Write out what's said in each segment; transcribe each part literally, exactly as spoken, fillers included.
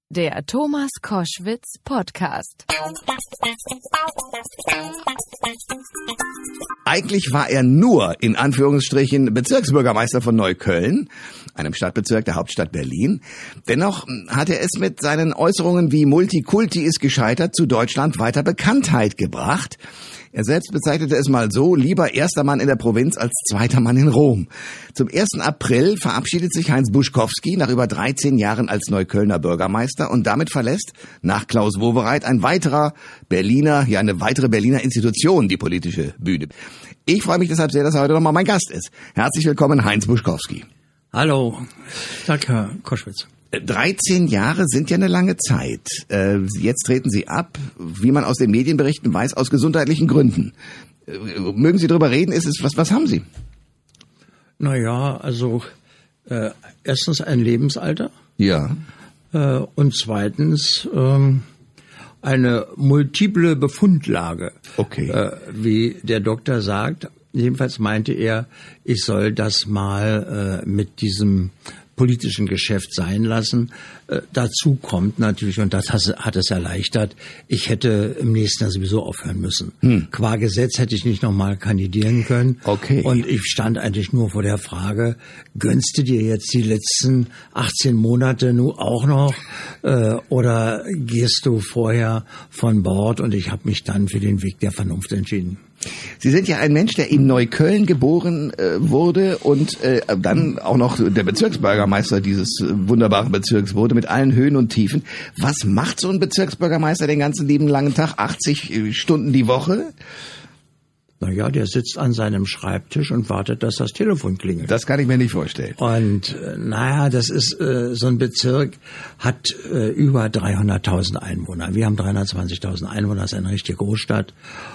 Der Thomas Koschwitz Podcast. Eigentlich war er nur, in Anführungsstrichen, Bezirksbürgermeister von Neukölln, einem Stadtbezirk der Hauptstadt Berlin. Dennoch hat er es mit seinen Äußerungen wie Multikulti ist gescheitert zu Deutschland weiter Bekanntheit gebracht. Er selbst bezeichnete es mal so: lieber erster Mann in der Provinz als zweiter Mann in Rom. Zum ersten April verabschiedet sich Heinz Buschkowski nach über dreizehn Jahren als Neuköllner Bürgermeister und damit verlässt nach Klaus Wowereit ein weiterer Berliner, ja eine weitere Berliner Institution die politische Bühne. Ich freue mich deshalb sehr, dass er heute nochmal mein Gast ist. Herzlich willkommen, Heinz Buschkowski. Hallo, danke, Herr Koschwitz. dreizehn Jahre sind ja eine lange Zeit. Jetzt treten Sie ab, wie man aus den Medienberichten weiß, aus gesundheitlichen Gründen. Mögen Sie darüber reden? Ist es, was, was haben Sie? Naja, also äh, erstens ein Lebensalter. Ja. Äh, und zweitens ähm, eine multiple Befundlage. Okay. Äh, wie der Doktor sagt. Jedenfalls meinte er, ich soll das mal äh, mit diesem politischen Geschäft sein lassen. Äh, dazu kommt natürlich, und das hat es erleichtert, ich hätte im nächsten Jahr sowieso aufhören müssen. Hm. Qua Gesetz hätte ich nicht nochmal kandidieren können. Okay. Und ich stand eigentlich nur vor der Frage, gönnst du dir jetzt die letzten achtzehn Monate nur auch noch äh, oder gehst du vorher von Bord? Und ich habe mich dann für den Weg der Vernunft entschieden. Sie sind ja ein Mensch, der in Neukölln geboren äh, wurde und äh, dann auch noch der Bezirksbürgermeister dieses äh, wunderbaren Bezirks wurde, mit allen Höhen und Tiefen. Was macht so ein Bezirksbürgermeister den ganzen lieben langen Tag, achtzig Stunden die Woche? Naja, der sitzt an seinem Schreibtisch und wartet, dass das Telefon klingelt. Das kann ich mir nicht vorstellen. Und äh, naja, das ist äh, so ein Bezirk, hat äh, über dreihunderttausend Einwohner. Wir haben dreihundertzwanzigtausend Einwohner, das ist eine richtige Großstadt.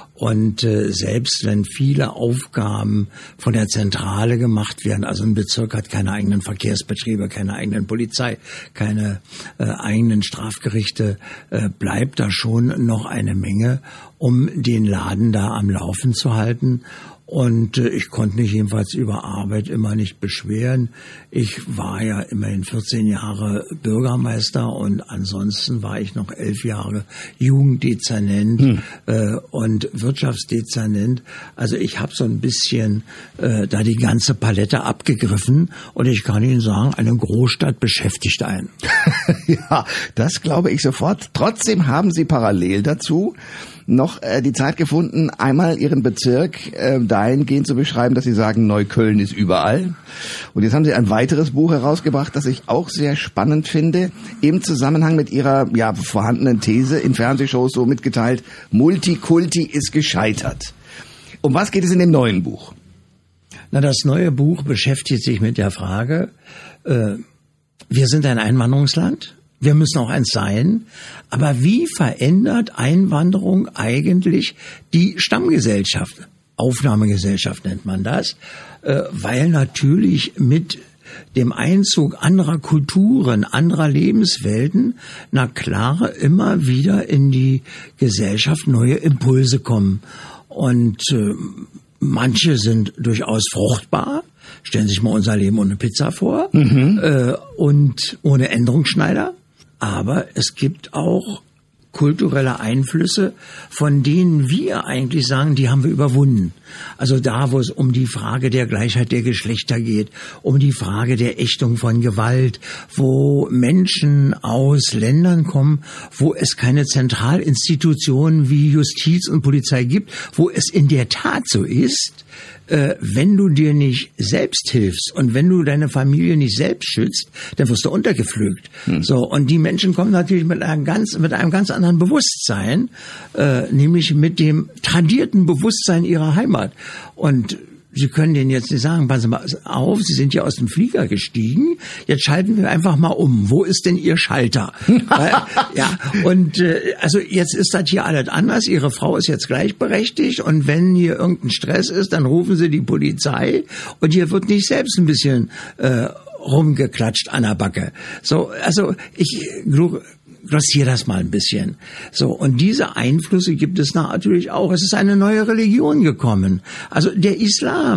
Und äh, selbst wenn viele Aufgaben von der Zentrale gemacht werden, also ein Bezirk hat keine eigenen Verkehrsbetriebe, keine eigenen Polizei, keine äh, eigenen Strafgerichte, äh, bleibt da schon noch eine Menge, um den Laden da am Laufen zu halten. Und äh, ich konnte mich jedenfalls über Arbeit immer nicht beschweren. Ich war ja immerhin vierzehn Jahre Bürgermeister und ansonsten war ich noch elf Jahre Jugenddezernent hm. äh, und Wirtschaftsdezernent. Also ich habe so ein bisschen äh, da die ganze Palette abgegriffen und ich kann Ihnen sagen, eine Großstadt beschäftigt einen. Ja, das glaube ich sofort. Trotzdem haben Sie parallel dazu noch äh, die Zeit gefunden, einmal Ihren Bezirk äh, dahingehend zu beschreiben, dass Sie sagen, Neukölln ist überall. Und jetzt haben Sie ein weiteres Buch herausgebracht, das ich auch sehr spannend finde, im Zusammenhang mit Ihrer ja vorhandenen These in Fernsehshows so mitgeteilt, Multikulti ist gescheitert. Um was geht es in dem neuen Buch? Na, das neue Buch beschäftigt sich mit der Frage, äh, wir sind ein Einwanderungsland. Wir müssen auch eins sein. Aber wie verändert Einwanderung eigentlich die Stammgesellschaft? Aufnahmegesellschaft nennt man das, weil natürlich mit dem Einzug anderer Kulturen, anderer Lebenswelten, na klar, immer wieder in die Gesellschaft neue Impulse kommen. Und äh, manche sind durchaus fruchtbar. Stellen Sie sich mal unser Leben ohne Pizza vor, mhm. äh, und ohne Änderungsschneider. Aber es gibt auch kulturelle Einflüsse, von denen wir eigentlich sagen, die haben wir überwunden. Also da, wo es um die Frage der Gleichheit der Geschlechter geht, um die Frage der Ächtung von Gewalt, wo Menschen aus Ländern kommen, wo es keine Zentralinstitutionen wie Justiz und Polizei gibt, wo es in der Tat so ist, äh, wenn du dir nicht selbst hilfst und wenn du deine Familie nicht selbst schützt, dann wirst du untergepflügt. Hm. So, und die Menschen kommen natürlich mit einem ganz, mit einem ganz anderen Bewusstsein, äh, nämlich mit dem tradierten Bewusstsein ihrer Heimat. Und Sie können denen jetzt nicht sagen, passen Sie mal auf, Sie sind ja aus dem Flieger gestiegen, jetzt schalten wir einfach mal um. Wo ist denn Ihr Schalter? Weil, ja, und äh, also jetzt ist das hier alles anders. Ihre Frau ist jetzt gleichberechtigt und wenn hier irgendein Stress ist, dann rufen Sie die Polizei und hier wird nicht selbst ein bisschen äh, rumgeklatscht an der Backe. So, also ich glossiere das mal ein bisschen. So, und diese Einflüsse gibt es natürlich auch. Es ist eine neue Religion gekommen. Also der Islam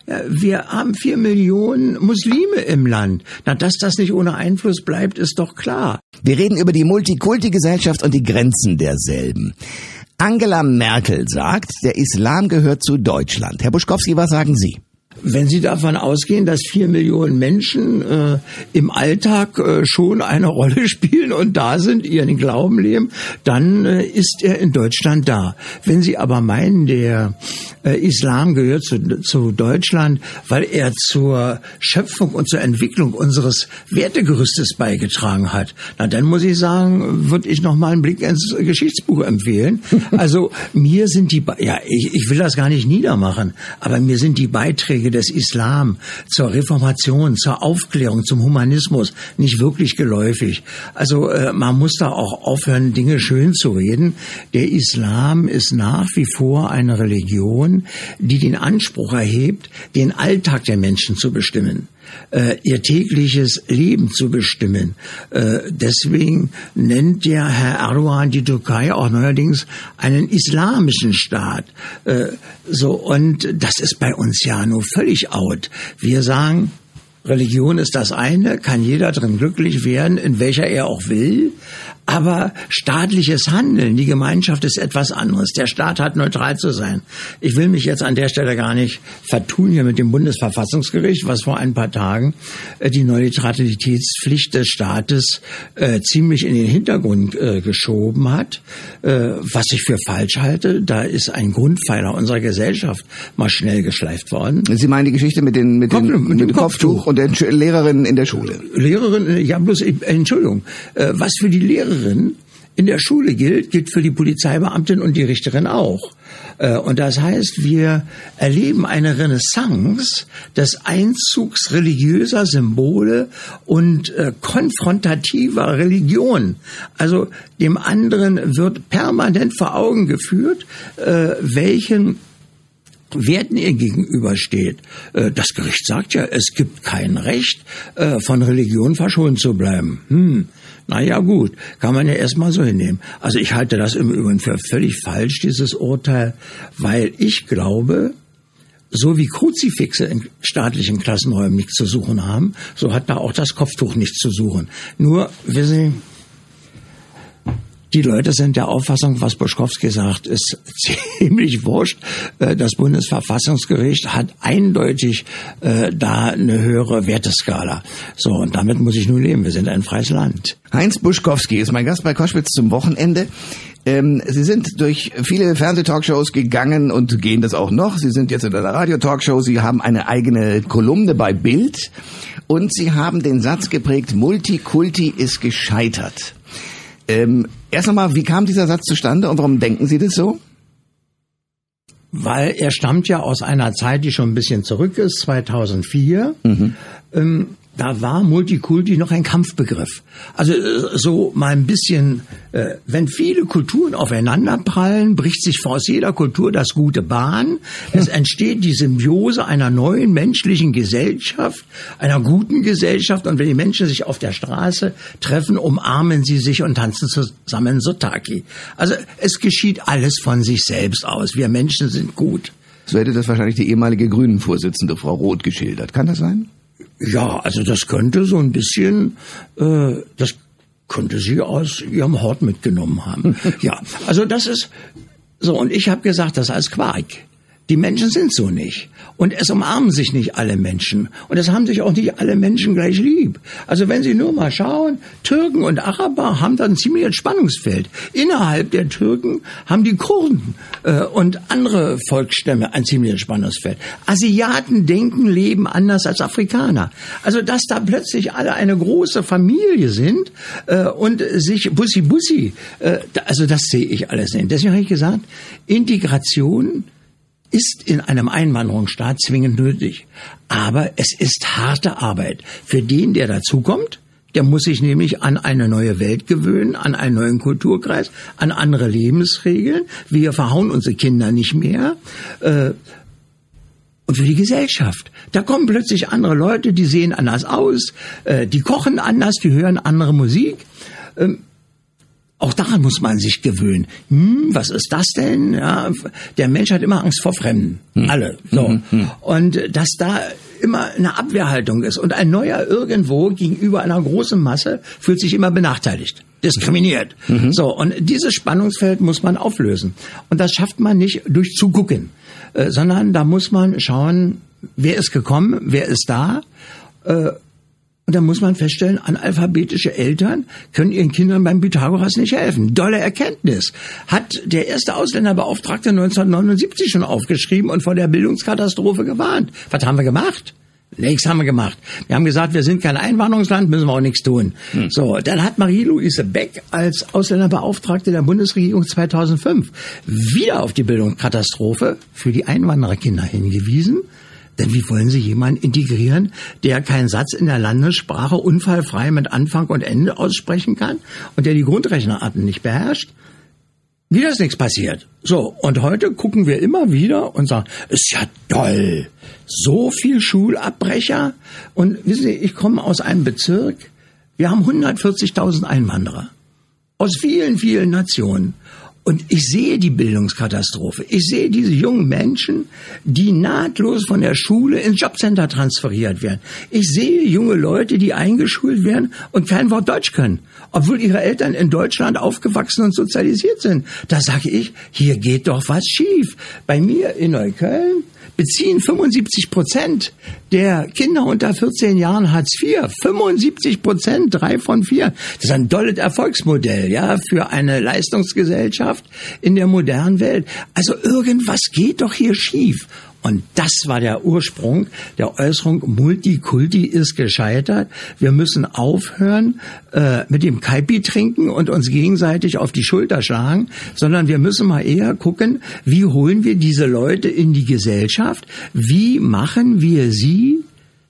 Ja, wir haben vier Millionen Muslime im Land. Na, dass das nicht ohne Einfluss bleibt, ist doch klar. Wir reden über die Multikulti-Gesellschaft und die Grenzen derselben. Angela Merkel sagt, der Islam gehört zu Deutschland. Herr Buschkowski, was sagen Sie? Wenn Sie davon ausgehen, dass vier Millionen Menschen äh, im Alltag äh, schon eine Rolle spielen und da sind, ihren Glauben leben, dann äh, ist er in Deutschland da. Wenn Sie aber meinen, der äh, Islam gehört zu, zu Deutschland, weil er zur Schöpfung und zur Entwicklung unseres Wertegerüstes beigetragen hat, na dann muss ich sagen, würde ich noch mal einen Blick ins Geschichtsbuch empfehlen. Also mir sind die, ja, ich, ich will das gar nicht niedermachen, aber mir sind die Beiträge des Islam zur Reformation, zur Aufklärung, zum Humanismus nicht wirklich geläufig. Also äh, man muss da auch aufhören, Dinge schön zu reden. Der Islam ist nach wie vor eine Religion, die den Anspruch erhebt, den Alltag der Menschen zu bestimmen. Äh, ihr tägliches Leben zu bestimmen. Äh, deswegen nennt der Herr Erdogan die Türkei auch neuerdings einen islamischen Staat. Äh, so, und das ist bei uns ja nur völlig out. Wir sagen, Religion ist das eine, kann jeder drin glücklich werden, in welcher er auch will. Aber staatliches Handeln, die Gemeinschaft ist etwas anderes. Der Staat hat neutral zu sein. Ich will mich jetzt an der Stelle gar nicht vertun hier mit dem Bundesverfassungsgericht, was vor ein paar Tagen äh, die Neutralitätspflicht des Staates äh, ziemlich in den Hintergrund äh, geschoben hat, äh, was ich für falsch halte. Da ist ein Grundpfeiler unserer Gesellschaft mal schnell geschleift worden. Sie meinen die Geschichte mit, den, mit, Kopf, den, mit, mit dem Kopftuch, Kopftuch und der Lehrerin in der Schule? Lehrerin, ja bloß, Entschuldigung, äh, was für die Lehrerin in der Schule gilt, gilt für die Polizeibeamtin und die Richterin auch. Und das heißt, wir erleben eine Renaissance des Einzugs religiöser Symbole und konfrontativer Religion. Also dem anderen wird permanent vor Augen geführt, welchen Werten ihr gegenübersteht. Das Gericht sagt ja, es gibt kein Recht, von Religion verschont zu bleiben. Hm. Na ja, gut, kann man ja erstmal so hinnehmen. Also ich halte das im Übrigen für völlig falsch, dieses Urteil, weil ich glaube, so wie Kruzifixe in staatlichen Klassenräumen nichts zu suchen haben, so hat da auch das Kopftuch nichts zu suchen. Nur, wissen Sie, die Leute sind der Auffassung, was Buschkowski sagt, ist ziemlich wurscht. Das Bundesverfassungsgericht hat eindeutig äh, da eine höhere Werteskala. So, und damit muss ich nun leben. Wir sind ein freies Land. Heinz Buschkowski ist mein Gast bei Koschwitz zum Wochenende. Ähm, Sie sind durch viele Fernsehtalkshows gegangen und gehen das auch noch. Sie sind jetzt in einer Radio-Talkshow. Sie haben eine eigene Kolumne bei Bild. Und Sie haben den Satz geprägt, Multikulti ist gescheitert. Ähm, erst einmal, wie kam dieser Satz zustande und warum denken Sie das so? Weil er stammt ja aus einer Zeit, die schon ein bisschen zurück ist, zweitausendvier. Mhm. Ähm, da war Multikulti noch ein Kampfbegriff. Also so mal ein bisschen, äh, wenn viele Kulturen aufeinanderprallen, bricht sich aus jeder Kultur das Gute Bahn. Es entsteht die Symbiose einer neuen menschlichen Gesellschaft, einer guten Gesellschaft. Und wenn die Menschen sich auf der Straße treffen, umarmen sie sich und tanzen zusammen Sotaki. Also es geschieht alles von sich selbst aus. Wir Menschen sind gut. So hätte das wahrscheinlich die ehemalige Grünen-Vorsitzende Frau Roth geschildert. Kann das sein? Ja, also das könnte so ein bisschen, äh, das könnte sie aus ihrem Hort mitgenommen haben. Ja, also das ist so. Und ich habe gesagt, das ist alles Quark. Die Menschen sind so nicht. Und es umarmen sich nicht alle Menschen. Und es haben sich auch nicht alle Menschen gleich lieb. Also wenn Sie nur mal schauen, Türken und Araber haben da ein ziemliches Spannungsfeld. Innerhalb der Türken haben die Kurden äh, und andere Volksstämme ein ziemliches Spannungsfeld. Asiaten denken, leben anders als Afrikaner. Also dass da plötzlich alle eine große Familie sind äh, und sich Bussi-Bussi, äh, also das sehe ich alles nicht. Deswegen habe ich gesagt, Integration ist in einem Einwanderungsstaat zwingend nötig. Aber es ist harte Arbeit. Für den, der dazukommt, der muss sich nämlich an eine neue Welt gewöhnen, an einen neuen Kulturkreis, an andere Lebensregeln. Wir verhauen unsere Kinder nicht mehr. Und für die Gesellschaft. Da kommen plötzlich andere Leute, die sehen anders aus, die kochen anders, die hören andere Musik. Auch daran muss man sich gewöhnen. Hm, was ist das denn? Ja, der Mensch hat immer Angst vor Fremden. Hm. Alle. So. Hm, hm. Und dass da immer eine Abwehrhaltung ist und ein Neuer irgendwo gegenüber einer großen Masse fühlt sich immer benachteiligt, diskriminiert. Mhm. So, und dieses Spannungsfeld muss man auflösen. Und das schafft man nicht durch Zugucken, äh, sondern da muss man schauen, wer ist gekommen, wer ist da. Äh, und dann muss man feststellen, analphabetische Eltern können ihren Kindern beim Pythagoras nicht helfen. Dolle Erkenntnis. Hat der erste Ausländerbeauftragte neunzehnhundertneunundsiebzig schon aufgeschrieben und vor der Bildungskatastrophe gewarnt. Was haben wir gemacht? Nichts haben wir gemacht. Wir haben gesagt, wir sind kein Einwanderungsland, müssen wir auch nichts tun. Hm. So, dann hat Marie-Louise Beck als Ausländerbeauftragte der Bundesregierung zweitausendfünf wieder auf die Bildungskatastrophe für die Einwandererkinder hingewiesen. Denn wie wollen Sie jemanden integrieren, der keinen Satz in der Landessprache unfallfrei mit Anfang und Ende aussprechen kann und der die Grundrechnerarten nicht beherrscht? Wieder ist nichts passiert. So, und heute gucken wir immer wieder und sagen, ist ja toll, so viel Schulabbrecher. Und wissen Sie, ich komme aus einem Bezirk, wir haben hundertvierzigtausend Einwanderer aus vielen, vielen Nationen. Und ich sehe die Bildungskatastrophe. Ich sehe diese jungen Menschen, die nahtlos von der Schule ins Jobcenter transferiert werden. Ich sehe junge Leute, die eingeschult werden und kein Wort Deutsch können, obwohl ihre Eltern in Deutschland aufgewachsen und sozialisiert sind. Da sage ich, hier geht doch was schief. Bei mir in Neukölln beziehen fünfundsiebzig Prozent der Kinder unter vierzehn Jahren Hartz vier. fünfundsiebzig Prozent, drei von vier. Das ist ein tolles Erfolgsmodell, ja, für eine Leistungsgesellschaft in der modernen Welt. Also irgendwas geht doch hier schief. Und das war der Ursprung der Äußerung, Multikulti ist gescheitert. Wir müssen aufhören äh, mit dem Kaipi trinken und uns gegenseitig auf die Schulter schlagen, sondern wir müssen mal eher gucken, wie holen wir diese Leute in die Gesellschaft, wie machen wir sie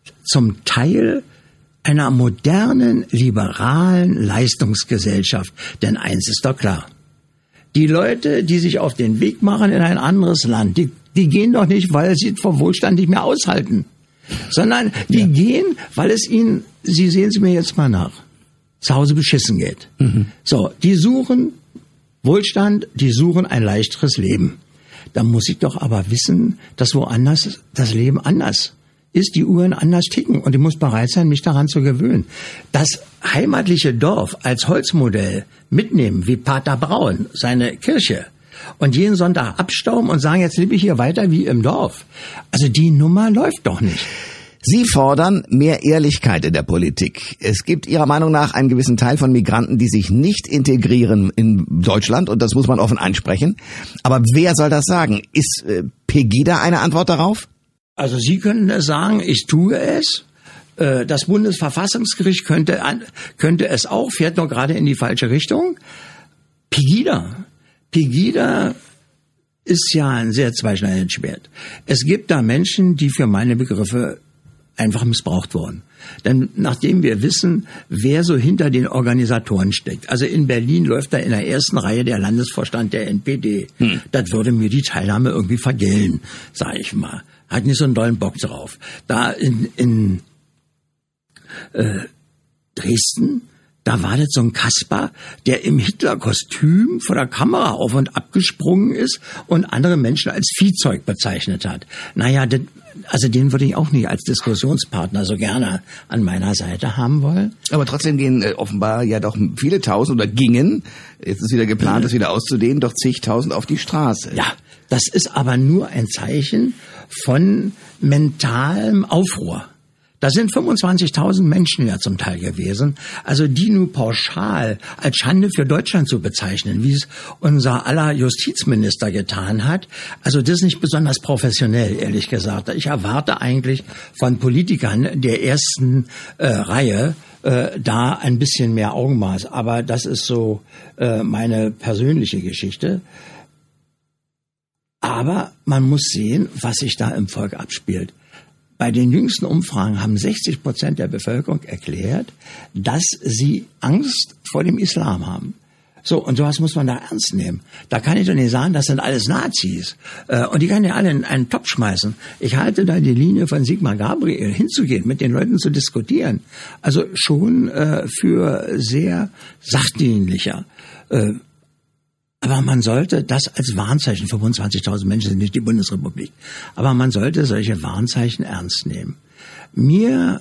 zum Teil einer modernen, liberalen Leistungsgesellschaft. Denn eins ist doch klar. Die Leute, die sich auf den Weg machen in ein anderes Land, die, die gehen doch nicht, weil sie vor Wohlstand nicht mehr aushalten, sondern die ja. gehen, weil es ihnen, Sie sehen es mir jetzt mal nach, zu Hause beschissen geht. Mhm. So, die suchen Wohlstand, die suchen ein leichteres Leben. Da muss ich doch aber wissen, dass woanders das Leben anders ist, die Uhren anders ticken und ich muss bereit sein, mich daran zu gewöhnen. Das heimatliche Dorf als Holzmodell mitnehmen, wie Pater Braun, seine Kirche, und jeden Sonntag abstauben und sagen, jetzt lebe ich hier weiter wie im Dorf. Also die Nummer läuft doch nicht. Sie fordern mehr Ehrlichkeit in der Politik. Es gibt Ihrer Meinung nach einen gewissen Teil von Migranten, die sich nicht integrieren in Deutschland, und das muss man offen ansprechen. Aber wer soll das sagen? Ist äh, Pegida eine Antwort darauf? Also Sie können sagen, ich tue es. Das Bundesverfassungsgericht könnte, könnte es auch, fährt nur gerade in die falsche Richtung. Pegida. Pegida ist ja ein sehr zweischneidiges Schwert. Es gibt da Menschen, die für meine Begriffe einfach missbraucht wurden. Denn nachdem wir wissen, wer so hinter den Organisatoren steckt, also in Berlin läuft da in der ersten Reihe der Landesvorstand der N P D, hm. das würde mir die Teilnahme irgendwie vergällen, sage ich mal. Hat nicht so einen dollen Bock drauf. Da in, in äh, Dresden, da war das so ein Kasper, der im Hitler-Kostüm vor der Kamera auf und ab gesprungen ist und andere Menschen als Viehzeug bezeichnet hat. Naja, das, also den würde ich auch nicht als Diskussionspartner so gerne an meiner Seite haben wollen. Aber trotzdem gehen äh, offenbar ja doch viele Tausend oder gingen, jetzt ist wieder geplant, mhm. das wieder auszudehnen, doch zigtausend auf die Straße. Ja, das ist aber nur ein Zeichen von mentalem Aufruhr. Da sind fünfundzwanzigtausend Menschen ja zum Teil gewesen. Also die nur pauschal als Schande für Deutschland zu bezeichnen, wie es unser aller Justizminister getan hat, also das ist nicht besonders professionell, ehrlich gesagt. Ich erwarte eigentlich von Politikern der ersten äh, Reihe äh, da ein bisschen mehr Augenmaß. Aber das ist so äh, meine persönliche Geschichte. Aber man muss sehen, was sich da im Volk abspielt. Bei den jüngsten Umfragen haben sechzig Prozent der Bevölkerung erklärt, dass sie Angst vor dem Islam haben. So, und sowas muss man da ernst nehmen. Da kann ich doch nicht sagen, das sind alles Nazis. Äh, und die kann ja alle in einen Topf schmeißen. Ich halte da die Linie von Sigmar Gabriel, hinzugehen, mit den Leuten zu diskutieren. Also schon äh, für sehr sachdienlicher. Äh, aber man sollte das als Warnzeichen, fünfundzwanzigtausend Menschen sind nicht die Bundesrepublik, aber man sollte solche Warnzeichen ernst nehmen. Mir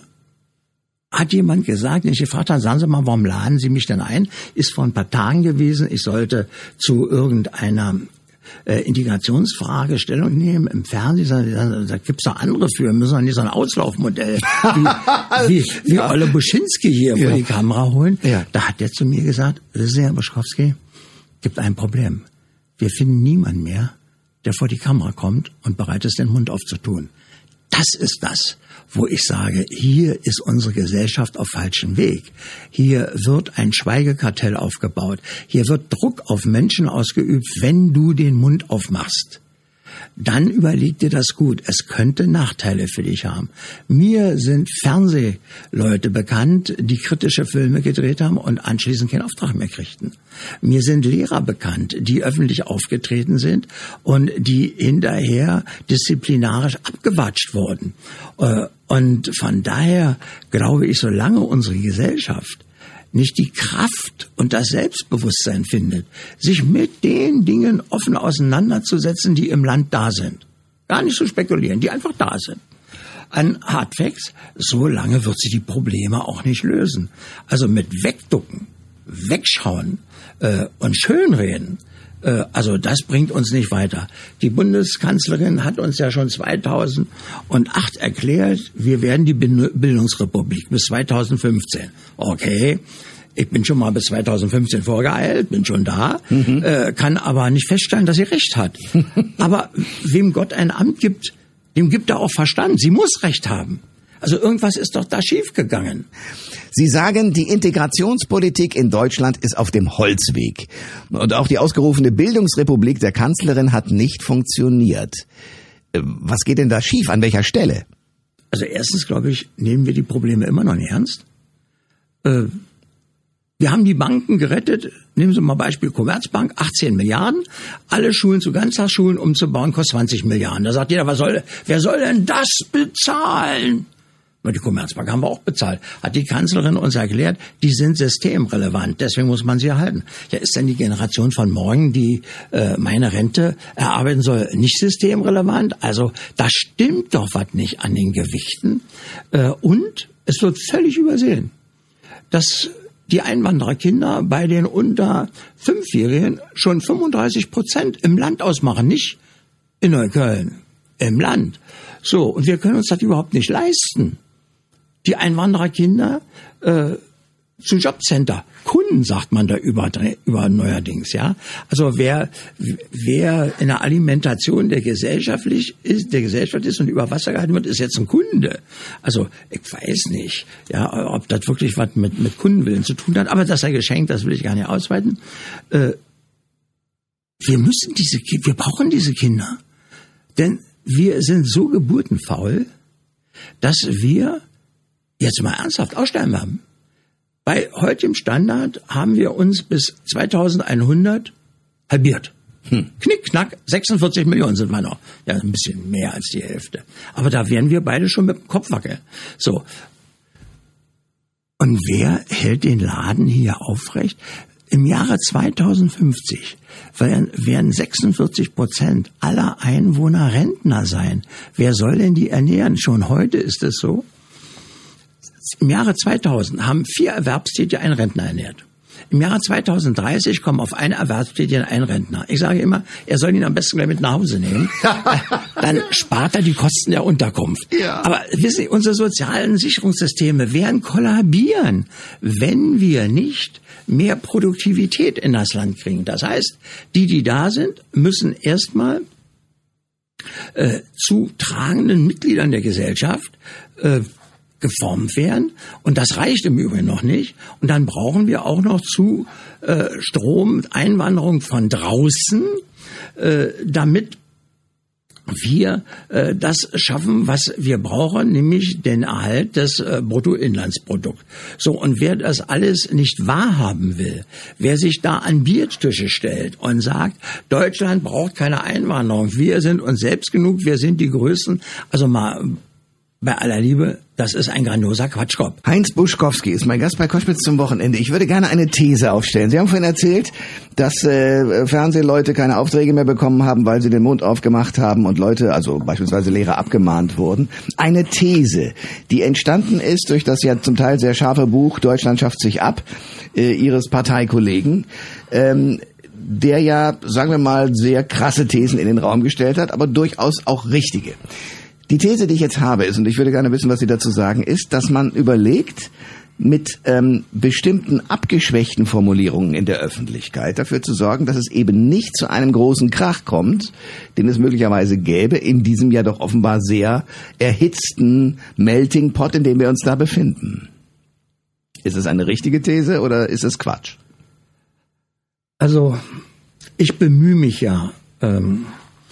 hat jemand gesagt, den ich gefragt habe, sagen Sie mal, warum laden Sie mich denn ein? Ist vor ein paar Tagen gewesen, ich sollte zu irgendeiner äh, Integrationsfragestellung nehmen im Fernsehen. Da, da gibt's doch andere für, wir müssen doch nicht so ein Auslaufmodell wie, wie, wie ja. Olle Buschinski hier ja. vor die Kamera holen. Ja. Da hat der zu mir gesagt, wissen Sie, Herr Buschkowski, gibt ein Problem. Wir finden niemanden mehr, der vor die Kamera kommt und bereit ist, den Mund aufzutun. Das ist das, wo ich sage, hier ist unsere Gesellschaft auf falschem Weg. Hier wird ein Schweigekartell aufgebaut. Hier wird Druck auf Menschen ausgeübt, wenn du den Mund aufmachst. Dann überleg dir das gut. Es könnte Nachteile für dich haben. Mir sind Fernsehleute bekannt, die kritische Filme gedreht haben und anschließend keinen Auftrag mehr kriegten. Mir sind Lehrer bekannt, die öffentlich aufgetreten sind und die hinterher disziplinarisch abgewatscht wurden. Und von daher glaube ich, solange unsere Gesellschaft nicht die Kraft und das Selbstbewusstsein findet, sich mit den Dingen offen auseinanderzusetzen, die im Land da sind. Gar nicht zu spekulieren, die einfach da sind. An Hardfacts, so lange wird sie die Probleme auch nicht lösen. Also mit Wegducken, Wegschauen äh, und Schönreden, äh, also das bringt uns nicht weiter. Die Bundeskanzlerin hat uns ja schon zweitausendacht erklärt, wir werden die Bildungsrepublik bis zweitausendfünfzehn. Okay, ich bin schon mal bis zweitausendfünfzehn vorgeeilt, bin schon da, mhm. äh, kann aber nicht feststellen, dass sie recht hat. Aber wem Gott ein Amt gibt, dem gibt er auch Verstand. Sie muss Recht haben. Also irgendwas ist doch da schiefgegangen. Sie sagen, die Integrationspolitik in Deutschland ist auf dem Holzweg. Und auch die ausgerufene Bildungsrepublik der Kanzlerin hat nicht funktioniert. Was geht denn da schief? An welcher Stelle? Also erstens, glaube ich, nehmen wir die Probleme immer noch nicht ernst. Äh, wir haben die Banken gerettet. Nehmen Sie mal Beispiel Commerzbank, achtzehn Milliarden. Alle Schulen zu Ganztagsschulen umzubauen, kostet zwanzig Milliarden. Da sagt jeder, was soll, wer soll denn das bezahlen? Die Commerzbank haben wir auch bezahlt. Hat die Kanzlerin uns erklärt, die sind systemrelevant, deswegen muss man sie erhalten. Ja, ist denn die Generation von morgen, die äh, meine Rente erarbeiten soll, nicht systemrelevant? Also da stimmt doch was nicht an den Gewichten. Äh, und es wird völlig übersehen, dass die Einwandererkinder bei den unter Fünfjährigen schon fünfunddreißig Prozent im Land ausmachen, nicht in Neukölln, im Land. So, und wir können uns das überhaupt nicht leisten. Die Einwandererkinder äh, zu Jobcenter. Kunden sagt man da über, über neuerdings, ja. Also wer, wer in der Alimentation der gesellschaftlich ist, der Gesellschaft ist und über Wasser gehalten wird, ist jetzt ein Kunde. Also, ich weiß nicht, ja, ob das wirklich was mit, mit Kundenwillen zu tun hat, aber das sei geschenkt, das will ich gar nicht ausweiten. Äh, wir müssen diese, wir brauchen diese Kinder. Denn wir sind so geburtenfaul, dass wir jetzt mal ernsthaft aussterben werden. Bei heutigem Standard haben wir uns bis zweitausendeinhundert halbiert. Hm. Knick, knack, sechsundvierzig Millionen sind wir noch. Ja, ein bisschen mehr als die Hälfte. Aber da werden wir beide schon mit dem Kopf wackeln. So. Und wer hält den Laden hier aufrecht? Im Jahre zweitausendfünfzig werden sechsundvierzig Prozent aller Einwohner Rentner sein. Wer soll denn die ernähren? Schon heute ist es so. Im Jahre zweitausend haben vier Erwerbstätige einen Rentner ernährt. Im Jahre zweitausenddreißig kommen auf einen Erwerbstätigen ein Rentner. Ich sage immer, er soll ihn am besten gleich mit nach Hause nehmen. Dann spart er die Kosten der Unterkunft. Ja. Aber wissen Sie, unsere sozialen Sicherungssysteme werden kollabieren, wenn wir nicht mehr Produktivität in das Land kriegen. Das heißt, die, die da sind, müssen erstmal äh, zu tragenden Mitgliedern der Gesellschaft äh, geformt werden. Und das reicht im Übrigen noch nicht. Und dann brauchen wir auch noch zu äh, Strom, Einwanderung von draußen, äh, damit wir äh, das schaffen, was wir brauchen, nämlich den Erhalt des äh, Bruttoinlandsprodukts. So, und wer das alles nicht wahrhaben will, wer sich da an Biertische stellt und sagt, Deutschland braucht keine Einwanderung, wir sind uns selbst genug, wir sind die Größten, also mal bei aller Liebe, das ist ein grandioser Quatschkopf. Heinz Buschkowski ist mein Gast bei Koschwitz zum Wochenende. Ich würde gerne eine These aufstellen. Sie haben vorhin erzählt, dass äh, Fernsehleute keine Aufträge mehr bekommen haben, weil sie den Mund aufgemacht haben und Leute, also beispielsweise Lehrer, abgemahnt wurden. Eine These, die entstanden ist durch das ja zum Teil sehr scharfe Buch Deutschland schafft sich ab, äh, Ihres Parteikollegen, ähm, der ja, sagen wir mal, sehr krasse Thesen in den Raum gestellt hat, aber durchaus auch richtige. Die These, die ich jetzt habe, ist, und ich würde gerne wissen, was Sie dazu sagen, ist, dass man überlegt, mit ähm, bestimmten abgeschwächten Formulierungen in der Öffentlichkeit dafür zu sorgen, dass es eben nicht zu einem großen Krach kommt, den es möglicherweise gäbe, in diesem ja doch offenbar sehr erhitzten Melting Pot, in dem wir uns da befinden. Ist es eine richtige These oder ist es Quatsch? Also, ich bemühe mich ja, ähm,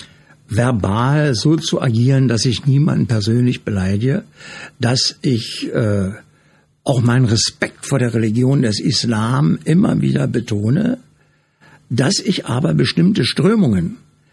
verbal so zu agieren, dass ich niemanden persönlich beleidige, dass ich äh, auch meinen Respekt vor der Religion des Islam immer wieder betone, dass ich aber bestimmte Strömungen,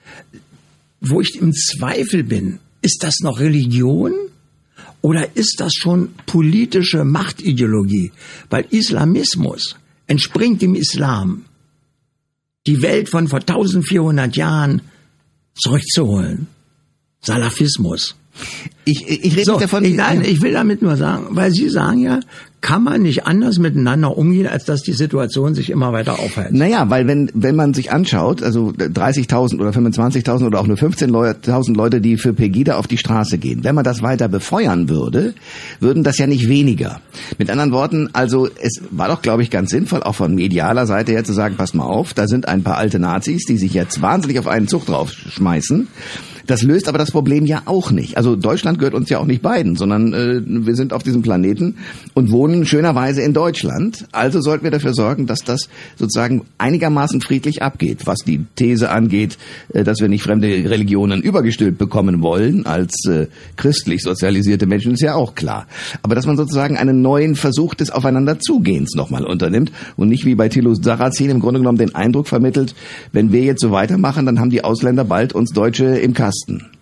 wo ich im Zweifel bin, ist das noch Religion oder ist das schon politische Machtideologie? Weil Islamismus entspringt dem Islam. Die Welt von vor eintausendvierhundert Jahren zurückzuholen. Salafismus. Ich, ich rede so, nicht davon. Ich, nein, ich will damit nur sagen, weil Sie sagen ja, kann man nicht anders miteinander umgehen, als dass die Situation sich immer weiter aufhält. Naja, weil wenn wenn man sich anschaut, also dreißigtausend oder fünfundzwanzigtausend oder auch nur fünfzehntausend Leute, die für Pegida auf die Straße gehen, wenn man das weiter befeuern würde, würden das ja nicht weniger. Mit anderen Worten, also es war doch, glaube ich, ganz sinnvoll, auch von medialer Seite her zu sagen, pass mal auf, da sind ein paar alte Nazis, die sich jetzt wahnsinnig auf einen Zug draufschmeißen. Das löst aber das Problem ja auch nicht. Also Deutschland gehört uns ja auch nicht beiden, sondern äh, wir sind auf diesem Planeten und wohnen schönerweise in Deutschland. Also sollten wir dafür sorgen, dass das sozusagen einigermaßen friedlich abgeht. Was die These angeht, äh, dass wir nicht fremde Religionen übergestülpt bekommen wollen als äh, christlich sozialisierte Menschen, ist ja auch klar. Aber dass man sozusagen einen neuen Versuch des Aufeinanderzugehens nochmal unternimmt und nicht wie bei Thilo Sarrazin im Grunde genommen den Eindruck vermittelt, wenn wir jetzt so weitermachen, dann haben die Ausländer bald uns Deutsche im Kasten.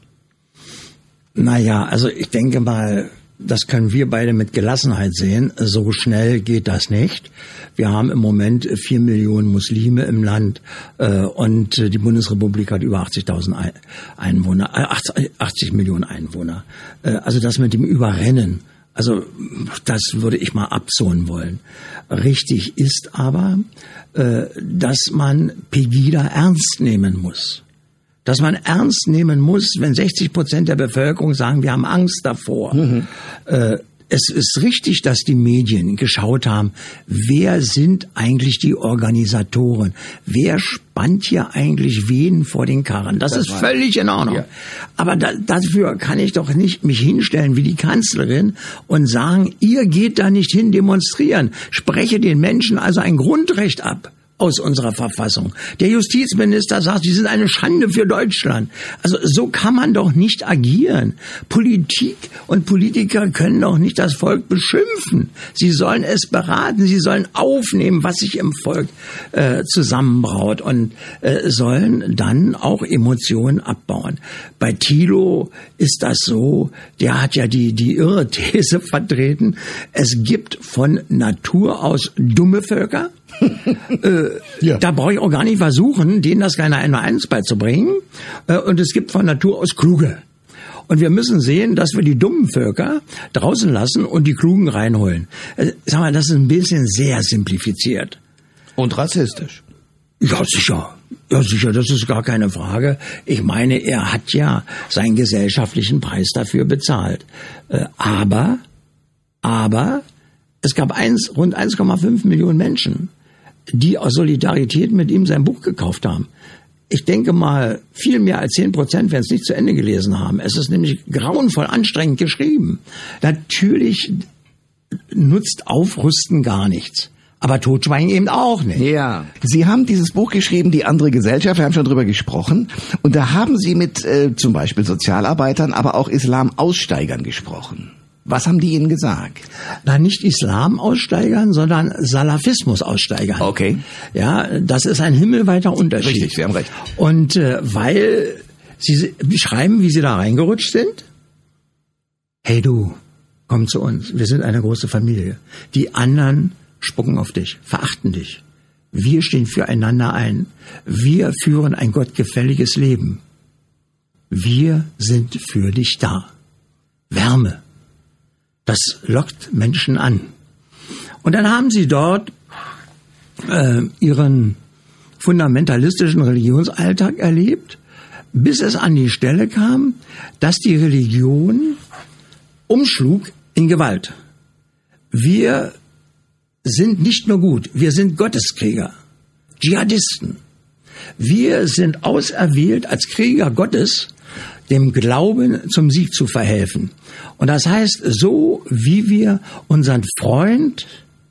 Naja, also ich denke mal, das können wir beide mit Gelassenheit sehen. So schnell geht das nicht. Wir haben im Moment vier Millionen Muslime im Land äh, und die Bundesrepublik hat über achtzigtausend Einwohner, äh, achtzig Millionen Einwohner. Äh, also das mit dem Überrennen, also das würde ich mal abzonen wollen. Richtig ist aber, äh, dass man Pegida ernst nehmen muss. Dass man ernst nehmen muss, wenn sechzig Prozent der Bevölkerung sagen, wir haben Angst davor. Mhm. Äh, es ist richtig, dass die Medien geschaut haben, wer sind eigentlich die Organisatoren? Wer spannt hier eigentlich wen vor den Karren? Das, das ist völlig in Ordnung. Ja. Aber da, dafür kann ich doch nicht mich hinstellen wie die Kanzlerin und sagen, ihr geht da nicht hin demonstrieren. Spreche den Menschen also ein Grundrecht ab aus unserer Verfassung. Der Justizminister sagt, die sind eine Schande für Deutschland. Also so kann man doch nicht agieren. Politik und Politiker können doch nicht das Volk beschimpfen. Sie sollen es beraten, sie sollen aufnehmen, was sich im Volk äh, zusammenbraut und äh, sollen dann auch Emotionen abbauen. Bei Thilo ist das so, der hat ja die, die irre These vertreten, es gibt von Natur aus dumme Völker. äh, ja. Da brauche ich auch gar nicht versuchen, denen das kleine Einmaleins beizubringen. Äh, und es gibt von Natur aus Kluge. Und wir müssen sehen, dass wir die dummen Völker draußen lassen und die Klugen reinholen. Äh, sag mal, das ist ein bisschen sehr simplifiziert. Und rassistisch. Ja, sicher. Ja, sicher, das ist gar keine Frage. Ich meine, er hat ja seinen gesellschaftlichen Preis dafür bezahlt. Äh, aber, aber, es gab eins, rund eins Komma fünf Millionen Menschen, die aus Solidarität mit ihm sein Buch gekauft haben. Ich denke mal, viel mehr als zehn Prozent werden es nicht zu Ende gelesen haben. Es ist nämlich grauenvoll anstrengend geschrieben. Natürlich nutzt Aufrüsten gar nichts. Aber Totschweigen eben auch nicht. Ja. Sie haben dieses Buch geschrieben, Die andere Gesellschaft, wir haben schon drüber gesprochen. Und da haben Sie mit äh, zum Beispiel Sozialarbeitern, aber auch Islam-Aussteigern gesprochen. Was haben die Ihnen gesagt? Na, nicht Islam-Aussteigern, sondern Salafismus-Aussteigern. Okay. Ja, das ist ein himmelweiter Unterschied. Richtig, Sie haben recht. Und äh, weil Sie beschreiben, wie Sie da reingerutscht sind. Hey du, komm zu uns, wir sind eine große Familie. Die anderen spucken auf dich, verachten dich. Wir stehen füreinander ein. Wir führen ein gottgefälliges Leben. Wir sind für dich da. Wärme. Das lockt Menschen an. Und dann haben sie dort äh, ihren fundamentalistischen Religionsalltag erlebt, bis es an die Stelle kam, dass die Religion umschlug in Gewalt. Wir sind nicht nur gut, wir sind Gotteskrieger, Dschihadisten. Wir sind auserwählt als Krieger Gottes, dem Glauben zum Sieg zu verhelfen. Und das heißt, so wie wir unseren Freund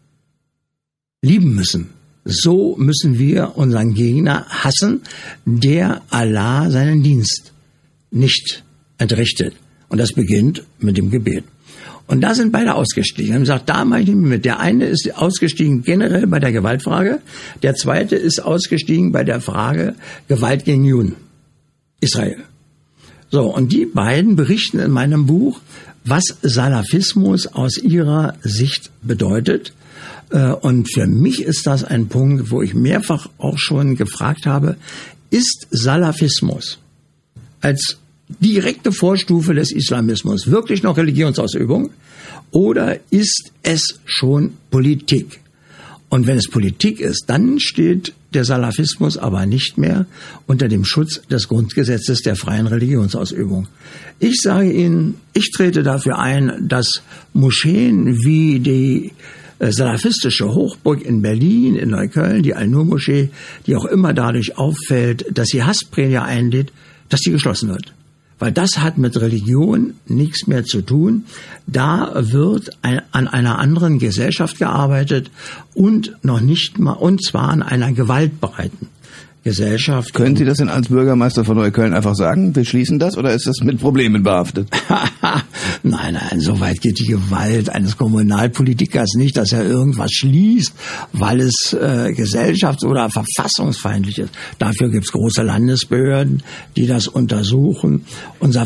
lieben müssen, so müssen wir unseren Gegner hassen, der Allah seinen Dienst nicht entrichtet. Und das beginnt mit dem Gebet. Und da sind beide ausgestiegen. Und sagt, da mache ich nicht mehr mit. Der eine ist ausgestiegen generell bei der Gewaltfrage. Der zweite ist ausgestiegen bei der Frage Gewalt gegen Juden. Israel. So, und die beiden berichten in meinem Buch, was Salafismus aus ihrer Sicht bedeutet. Und für mich ist das ein Punkt, wo ich mehrfach auch schon gefragt habe, ist Salafismus als direkte Vorstufe des Islamismus wirklich noch Religionsausübung oder ist es schon Politik? Und wenn es Politik ist, dann steht der Salafismus aber nicht mehr unter dem Schutz des Grundgesetzes der freien Religionsausübung. Ich sage Ihnen, ich trete dafür ein, dass Moscheen wie die salafistische Hochburg in Berlin, in Neukölln, die Al-Nur-Moschee, die auch immer dadurch auffällt, dass sie Hassprediger einlädt, dass die geschlossen wird. Weil das hat mit Religion nichts mehr zu tun. Da wird ein, an einer anderen Gesellschaft gearbeitet und noch nicht mal, und zwar an einer gewaltbereiten Gesellschaft. Können Sie das denn als Bürgermeister von Neukölln einfach sagen? Wir schließen das oder ist das mit Problemen behaftet? Nein, nein, so weit geht die Gewalt eines Kommunalpolitikers nicht, dass er irgendwas schließt, weil es äh, gesellschafts- oder verfassungsfeindlich ist. Dafür gibt's große Landesbehörden, die das untersuchen. Unser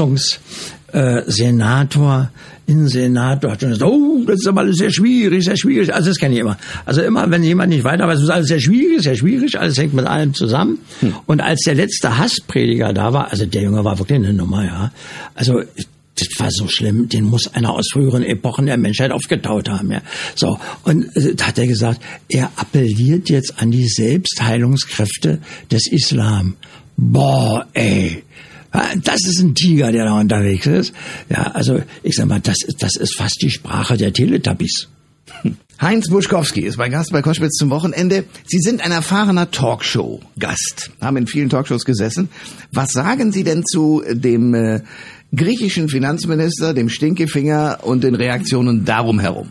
Verfassungssenator, Innensenator hat schon gesagt, oh, das ist aber alles sehr schwierig, sehr schwierig. Also das kenne ich immer. Also immer, wenn jemand nicht weiter weiß, ist alles sehr schwierig, sehr schwierig, alles hängt mit allem zusammen. Hm. Und als der letzte Hassprediger da war, also der Junge war wirklich eine Nummer, ja. Also das war so schlimm, den muss einer aus früheren Epochen der Menschheit aufgetaut haben. Ja. So, und äh, da hat er gesagt, er appelliert jetzt an die Selbstheilungskräfte des Islam. Boah, ey. Das ist ein Tiger, der da unterwegs ist. Ja, also ich sag mal, das, das ist fast die Sprache der Teletubbies. Heinz Buschkowski ist mein Gast bei Koschwitz zum Wochenende. Sie sind ein erfahrener Talkshow-Gast, haben in vielen Talkshows gesessen. Was sagen Sie denn zu dem äh, griechischen Finanzminister, dem Stinkefinger und den Reaktionen darum herum?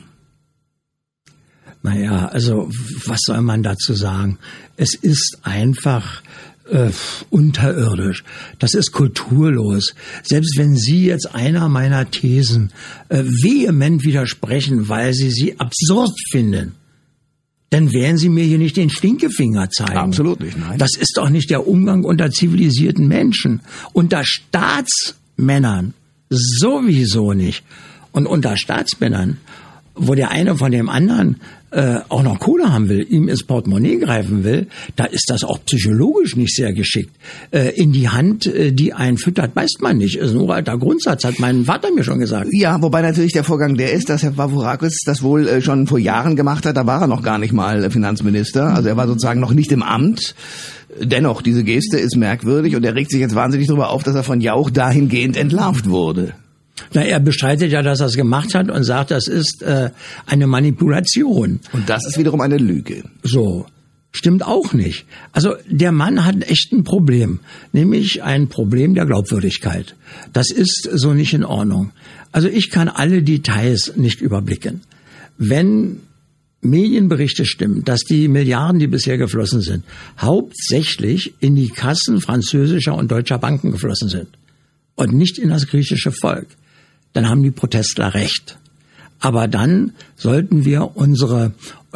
Naja, also was soll man dazu sagen? Es ist einfach Äh, unterirdisch. Das ist kulturlos. Selbst wenn Sie jetzt einer meiner Thesen äh, vehement widersprechen, weil Sie sie absurd finden, dann werden Sie mir hier nicht den Stinkefinger zeigen. Absolut nicht, nein. Das ist doch nicht der Umgang unter zivilisierten Menschen. Unter Staatsmännern sowieso nicht. Und unter Staatsmännern, wo der eine von dem anderen äh, auch noch Kohle haben will, ihm ins Portemonnaie greifen will, da ist das auch psychologisch nicht sehr geschickt. Äh, in die Hand, äh, die einen füttert, beißt man nicht. Das ist ein uralter Grundsatz, hat mein Vater mir schon gesagt. Ja, wobei natürlich der Vorgang der ist, dass Herr Varoufakis das wohl äh, schon vor Jahren gemacht hat. Da war er noch gar nicht mal Finanzminister. Also er war sozusagen noch nicht im Amt. Dennoch, diese Geste ist merkwürdig und er regt sich jetzt wahnsinnig darüber auf, dass er von Jauch dahingehend entlarvt wurde. Na, er bestreitet ja, dass er es gemacht hat und sagt, das ist äh, eine Manipulation. Und das ist wiederum eine Lüge. So, stimmt auch nicht. Also der Mann hat echt ein Problem, nämlich ein Problem der Glaubwürdigkeit. Das ist so nicht in Ordnung. Also ich kann alle Details nicht überblicken. Wenn Medienberichte stimmen, dass die Milliarden, die bisher geflossen sind, hauptsächlich in die Kassen französischer und deutscher Banken geflossen sind und nicht in das griechische Volk, dann haben die Protestler recht. Aber dann sollten wir unsere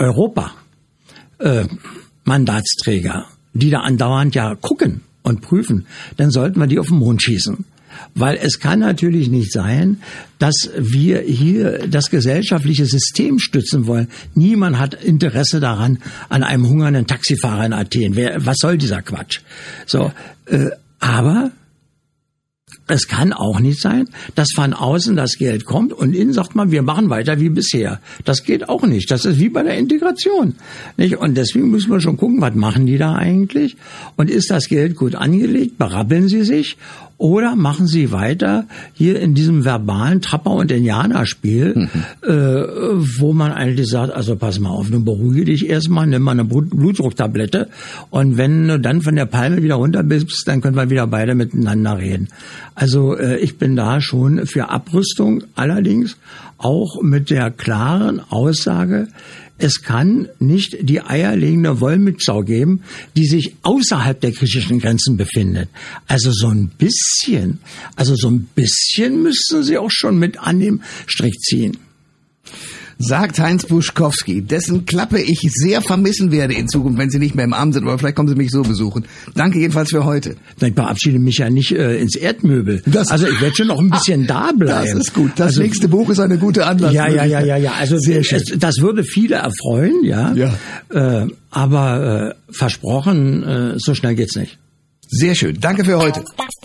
Europa-Mandatsträger, die da andauernd ja gucken und prüfen, dann sollten wir die auf den Mond schießen. Weil es kann natürlich nicht sein, dass wir hier das gesellschaftliche System stützen wollen. Niemand hat Interesse daran, an einem hungernden Taxifahrer in Athen. Wer, was soll dieser Quatsch? So, äh, aber es kann auch nicht sein, dass von außen das Geld kommt und innen sagt man, wir machen weiter wie bisher. Das geht auch nicht. Das ist wie bei der Integration, nicht? Und deswegen müssen wir schon gucken, was machen die da eigentlich? Und ist das Geld gut angelegt? Berappeln sie sich? Oder machen sie weiter hier in diesem verbalen Trapper- und Indianerspiel, mhm. äh, wo man eigentlich sagt, also pass mal auf, nun beruhige dich erstmal, nimm mal eine Blutdrucktablette und wenn du dann von der Palme wieder runter bist, dann können wir wieder beide miteinander reden. Also äh, ich bin da schon für Abrüstung, allerdings auch mit der klaren Aussage, es kann nicht die eierlegende Wollmilchsau geben, die sich außerhalb der griechischen Grenzen befindet. Also so ein bisschen, also so ein bisschen müssten sie auch schon mit an dem Strick ziehen. Sagt Heinz Buschkowski, dessen Klappe ich sehr vermissen werde in Zukunft, wenn Sie nicht mehr im Amt sind, oder vielleicht kommen Sie mich so besuchen. Danke jedenfalls für heute. Ich verabschiede mich ja nicht äh, ins Erdmöbel. Das, also ich werde schon noch ein bisschen ah, da bleiben. Das ist gut. Das also, nächste Buch ist eine gute Anlass. Ja, ja, ja, ja, ja. Also sehr schön. Es, das würde viele erfreuen, ja. ja. Äh, aber äh, versprochen, äh, so schnell geht's nicht. Sehr schön. Danke für heute.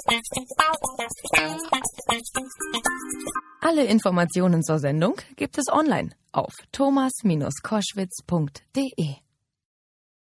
Alle Informationen zur Sendung gibt es online auf thomas Bindestrich koschwitz punkt de.